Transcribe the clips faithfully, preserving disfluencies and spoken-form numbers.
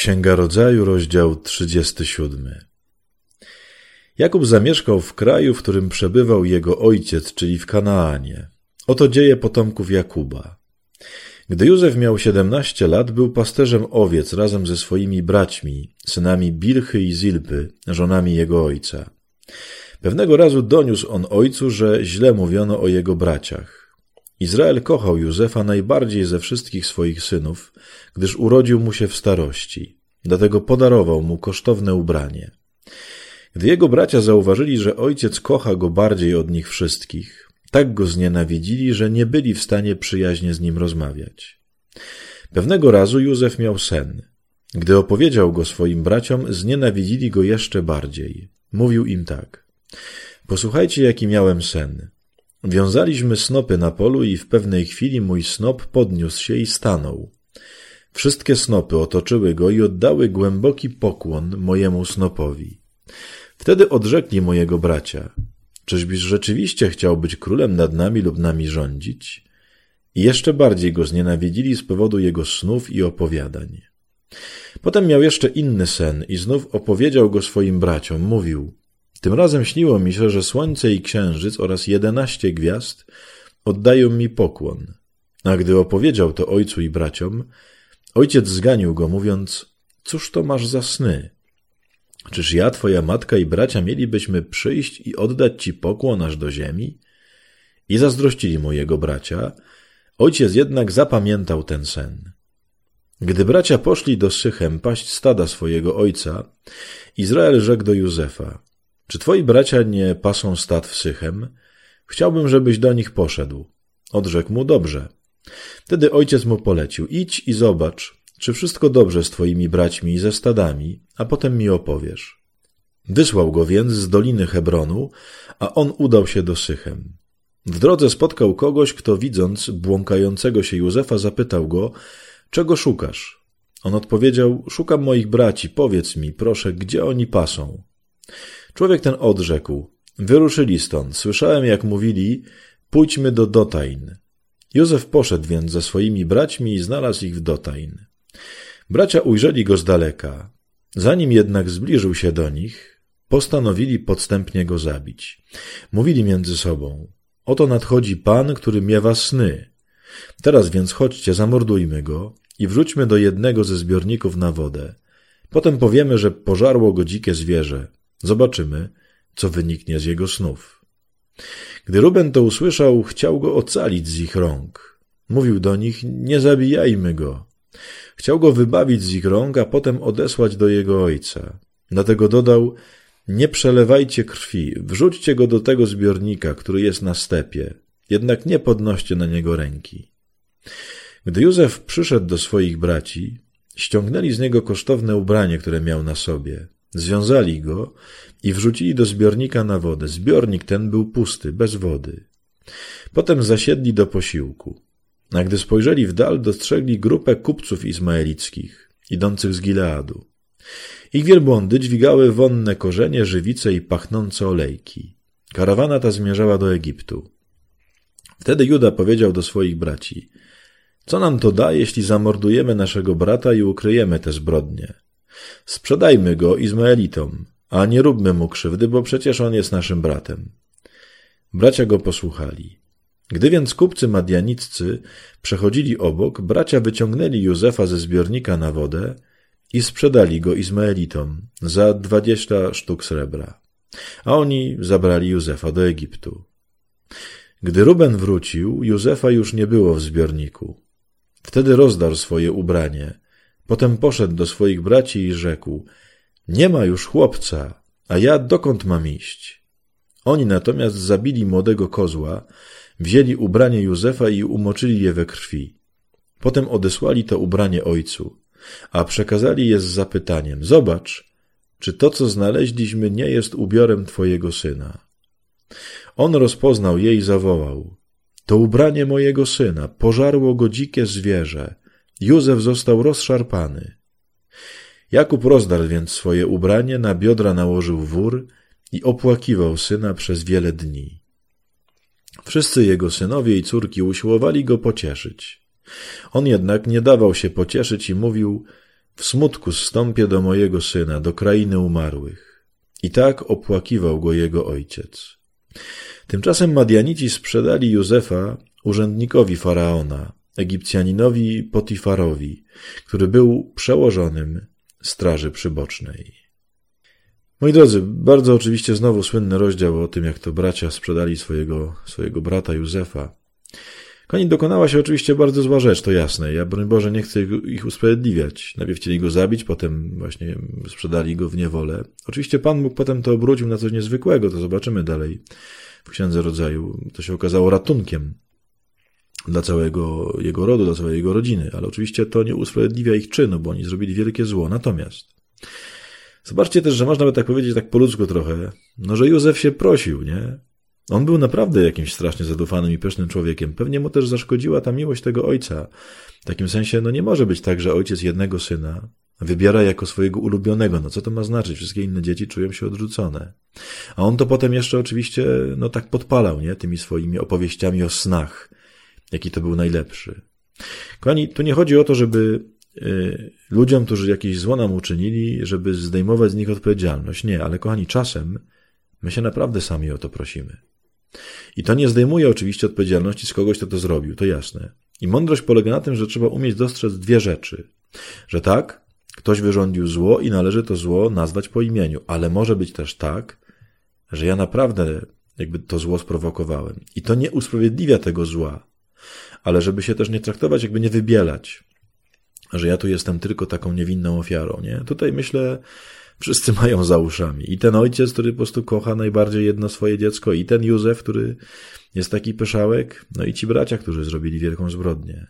Księga Rodzaju, rozdział trzydziesty siódmy. Jakub zamieszkał w kraju, w którym przebywał jego ojciec, czyli w Kanaanie. Oto dzieje potomków Jakuba. Gdy Józef miał siedemnaście lat, był pasterzem owiec razem ze swoimi braćmi, synami Bilchy i Zilpy, żonami jego ojca. Pewnego razu doniósł on ojcu, że źle mówiono o jego braciach. Izrael kochał Józefa najbardziej ze wszystkich swoich synów, gdyż urodził mu się w starości. Dlatego podarował mu kosztowne ubranie. Gdy jego bracia zauważyli, że ojciec kocha go bardziej od nich wszystkich, tak go znienawidzili, że nie byli w stanie przyjaźnie z nim rozmawiać. Pewnego razu Józef miał sen. Gdy opowiedział go swoim braciom, znienawidzili go jeszcze bardziej. Mówił im tak: posłuchajcie, jaki miałem sen. Wiązaliśmy snopy na polu i w pewnej chwili mój snop podniósł się i stanął. Wszystkie snopy otoczyły go i oddały głęboki pokłon mojemu snopowi. Wtedy odrzekli mojego bracia: czyżbyś rzeczywiście chciał być królem nad nami lub nami rządzić? I jeszcze bardziej go znienawidzili z powodu jego snów i opowiadań. Potem miał jeszcze inny sen i znów opowiedział go swoim braciom. Mówił: tym razem śniło mi się, że słońce i księżyc oraz jedenaście gwiazd oddają mi pokłon. A gdy opowiedział to ojcu i braciom, ojciec zganił go, mówiąc: cóż to masz za sny? Czyż ja, twoja matka i bracia mielibyśmy przyjść i oddać ci pokłon aż do ziemi? I zazdrościli mu jego bracia. Ojciec jednak zapamiętał ten sen. Gdy bracia poszli do Sychem paść stada swojego ojca, Izrael rzekł do Józefa: czy twoi bracia nie pasą stad w Sychem? Chciałbym, żebyś do nich poszedł. Odrzekł mu: dobrze. Wtedy ojciec mu polecił: idź i zobacz, czy wszystko dobrze z twoimi braćmi i ze stadami, a potem mi opowiesz. Wysłał go więc z doliny Hebronu, a on udał się do Sychem. W drodze spotkał kogoś, kto widząc błąkającego się Józefa zapytał go: czego szukasz? On odpowiedział: szukam moich braci, powiedz mi, proszę, gdzie oni pasą? Człowiek ten odrzekł: wyruszyli stąd, słyszałem, jak mówili: pójdźmy do Dotain. Józef poszedł więc ze swoimi braćmi i znalazł ich w Dotain. Bracia ujrzeli go z daleka. Zanim jednak zbliżył się do nich, postanowili podstępnie go zabić. Mówili między sobą: oto nadchodzi Pan, który miewa sny. Teraz więc chodźcie, zamordujmy go i wrzućmy do jednego ze zbiorników na wodę. Potem powiemy, że pożarło go dzikie zwierzę. Zobaczymy, co wyniknie z jego snów. Gdy Ruben to usłyszał, chciał go ocalić z ich rąk. Mówił do nich: nie zabijajmy go. Chciał go wybawić z ich rąk, a potem odesłać do jego ojca. Dlatego dodał: nie przelewajcie krwi, wrzućcie go do tego zbiornika, który jest na stepie, jednak nie podnoście na niego ręki. Gdy Józef przyszedł do swoich braci, ściągnęli z niego kosztowne ubranie, które miał na sobie, związali go i wrzucili do zbiornika na wodę. Zbiornik ten był pusty, bez wody. Potem zasiedli do posiłku. A gdy spojrzeli w dal, dostrzegli grupę kupców izmaelickich, idących z Gileadu. Ich wielbłądy dźwigały wonne korzenie, żywice i pachnące olejki. Karawana ta zmierzała do Egiptu. Wtedy Juda powiedział do swoich braci: co nam to da, jeśli zamordujemy naszego brata i ukryjemy te zbrodnie? Sprzedajmy go Izmaelitom, a nie róbmy mu krzywdy, bo przecież on jest naszym bratem. Bracia go posłuchali. Gdy więc kupcy madianiccy przechodzili obok, bracia wyciągnęli Józefa ze zbiornika na wodę i sprzedali go Izmaelitom za dwadzieścia sztuk srebra, a oni zabrali Józefa do Egiptu. Gdy Ruben wrócił, Józefa już nie było w zbiorniku. Wtedy rozdarł swoje ubranie. Potem poszedł do swoich braci i rzekł: nie ma już chłopca, a ja dokąd mam iść? Oni natomiast zabili młodego kozła, wzięli ubranie Józefa i umoczyli je we krwi. Potem odesłali to ubranie ojcu, a przekazali je z zapytaniem: zobacz, czy to, co znaleźliśmy, nie jest ubiorem twojego syna. On rozpoznał je i zawołał: to ubranie mojego syna, pożarło go dzikie zwierzę. Józef został rozszarpany. Jakub rozdarł więc swoje ubranie, na biodra nałożył wór i opłakiwał syna przez wiele dni. Wszyscy jego synowie i córki usiłowali go pocieszyć. On jednak nie dawał się pocieszyć i mówił: w smutku zstąpię do mojego syna, do krainy umarłych. I tak opłakiwał go jego ojciec. Tymczasem Madianici sprzedali Józefa urzędnikowi Faraona, Egipcjaninowi Potifarowi, który był przełożonym straży przybocznej. Moi drodzy, bardzo oczywiście znowu słynny rozdział o tym, jak to bracia sprzedali swojego, swojego brata Józefa. Kochani, dokonała się oczywiście bardzo zła rzecz, to jasne. Ja, broń Boże, nie chcę ich usprawiedliwiać. Najpierw chcieli go zabić, potem właśnie sprzedali go w niewolę. Oczywiście Pan Bóg potem to obrócił na coś niezwykłego, to zobaczymy dalej w Księdze Rodzaju. To się okazało ratunkiem dla całego jego rodu, dla całej jego rodziny, ale oczywiście to nie usprawiedliwia ich czynu, bo oni zrobili wielkie zło. Natomiast zobaczcie też, że można by tak powiedzieć, tak po ludzku trochę, no że Józef się prosił, nie? On był naprawdę jakimś strasznie zadufanym i pysznym człowiekiem. Pewnie mu też zaszkodziła ta miłość tego ojca. W takim sensie, no nie może być tak, że ojciec jednego syna wybiera jako swojego ulubionego. No co to ma znaczyć? Wszystkie inne dzieci czują się odrzucone. A on to potem jeszcze oczywiście, no tak podpalał, nie? Tymi swoimi opowieściami o snach. Jaki to był najlepszy. Kochani, tu nie chodzi o to, żeby y, ludziom, którzy jakieś zło nam uczynili, żeby zdejmować z nich odpowiedzialność. Nie, ale kochani, czasem my się naprawdę sami o to prosimy. I to nie zdejmuje oczywiście odpowiedzialności z kogoś, kto to zrobił, to jasne. I mądrość polega na tym, że trzeba umieć dostrzec dwie rzeczy. Że tak, ktoś wyrządził zło i należy to zło nazwać po imieniu, ale może być też tak, że ja naprawdę jakby to zło sprowokowałem. I to nie usprawiedliwia tego zła, ale żeby się też nie traktować, jakby nie wybielać, że ja tu jestem tylko taką niewinną ofiarą, nie? Tutaj myślę, wszyscy mają za uszami. I ten ojciec, który po prostu kocha najbardziej jedno swoje dziecko, i ten Józef, który jest taki pyszałek, no i ci bracia, którzy zrobili wielką zbrodnię.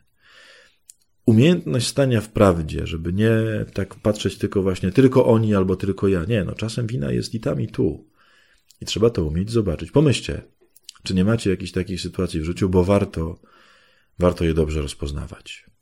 Umiejętność stania w prawdzie, żeby nie tak patrzeć tylko właśnie, tylko oni albo tylko ja. Nie, no czasem wina jest i tam, i tu. I trzeba to umieć zobaczyć. Pomyślcie, czy nie macie jakichś takich sytuacji w życiu, bo warto, warto je dobrze rozpoznawać.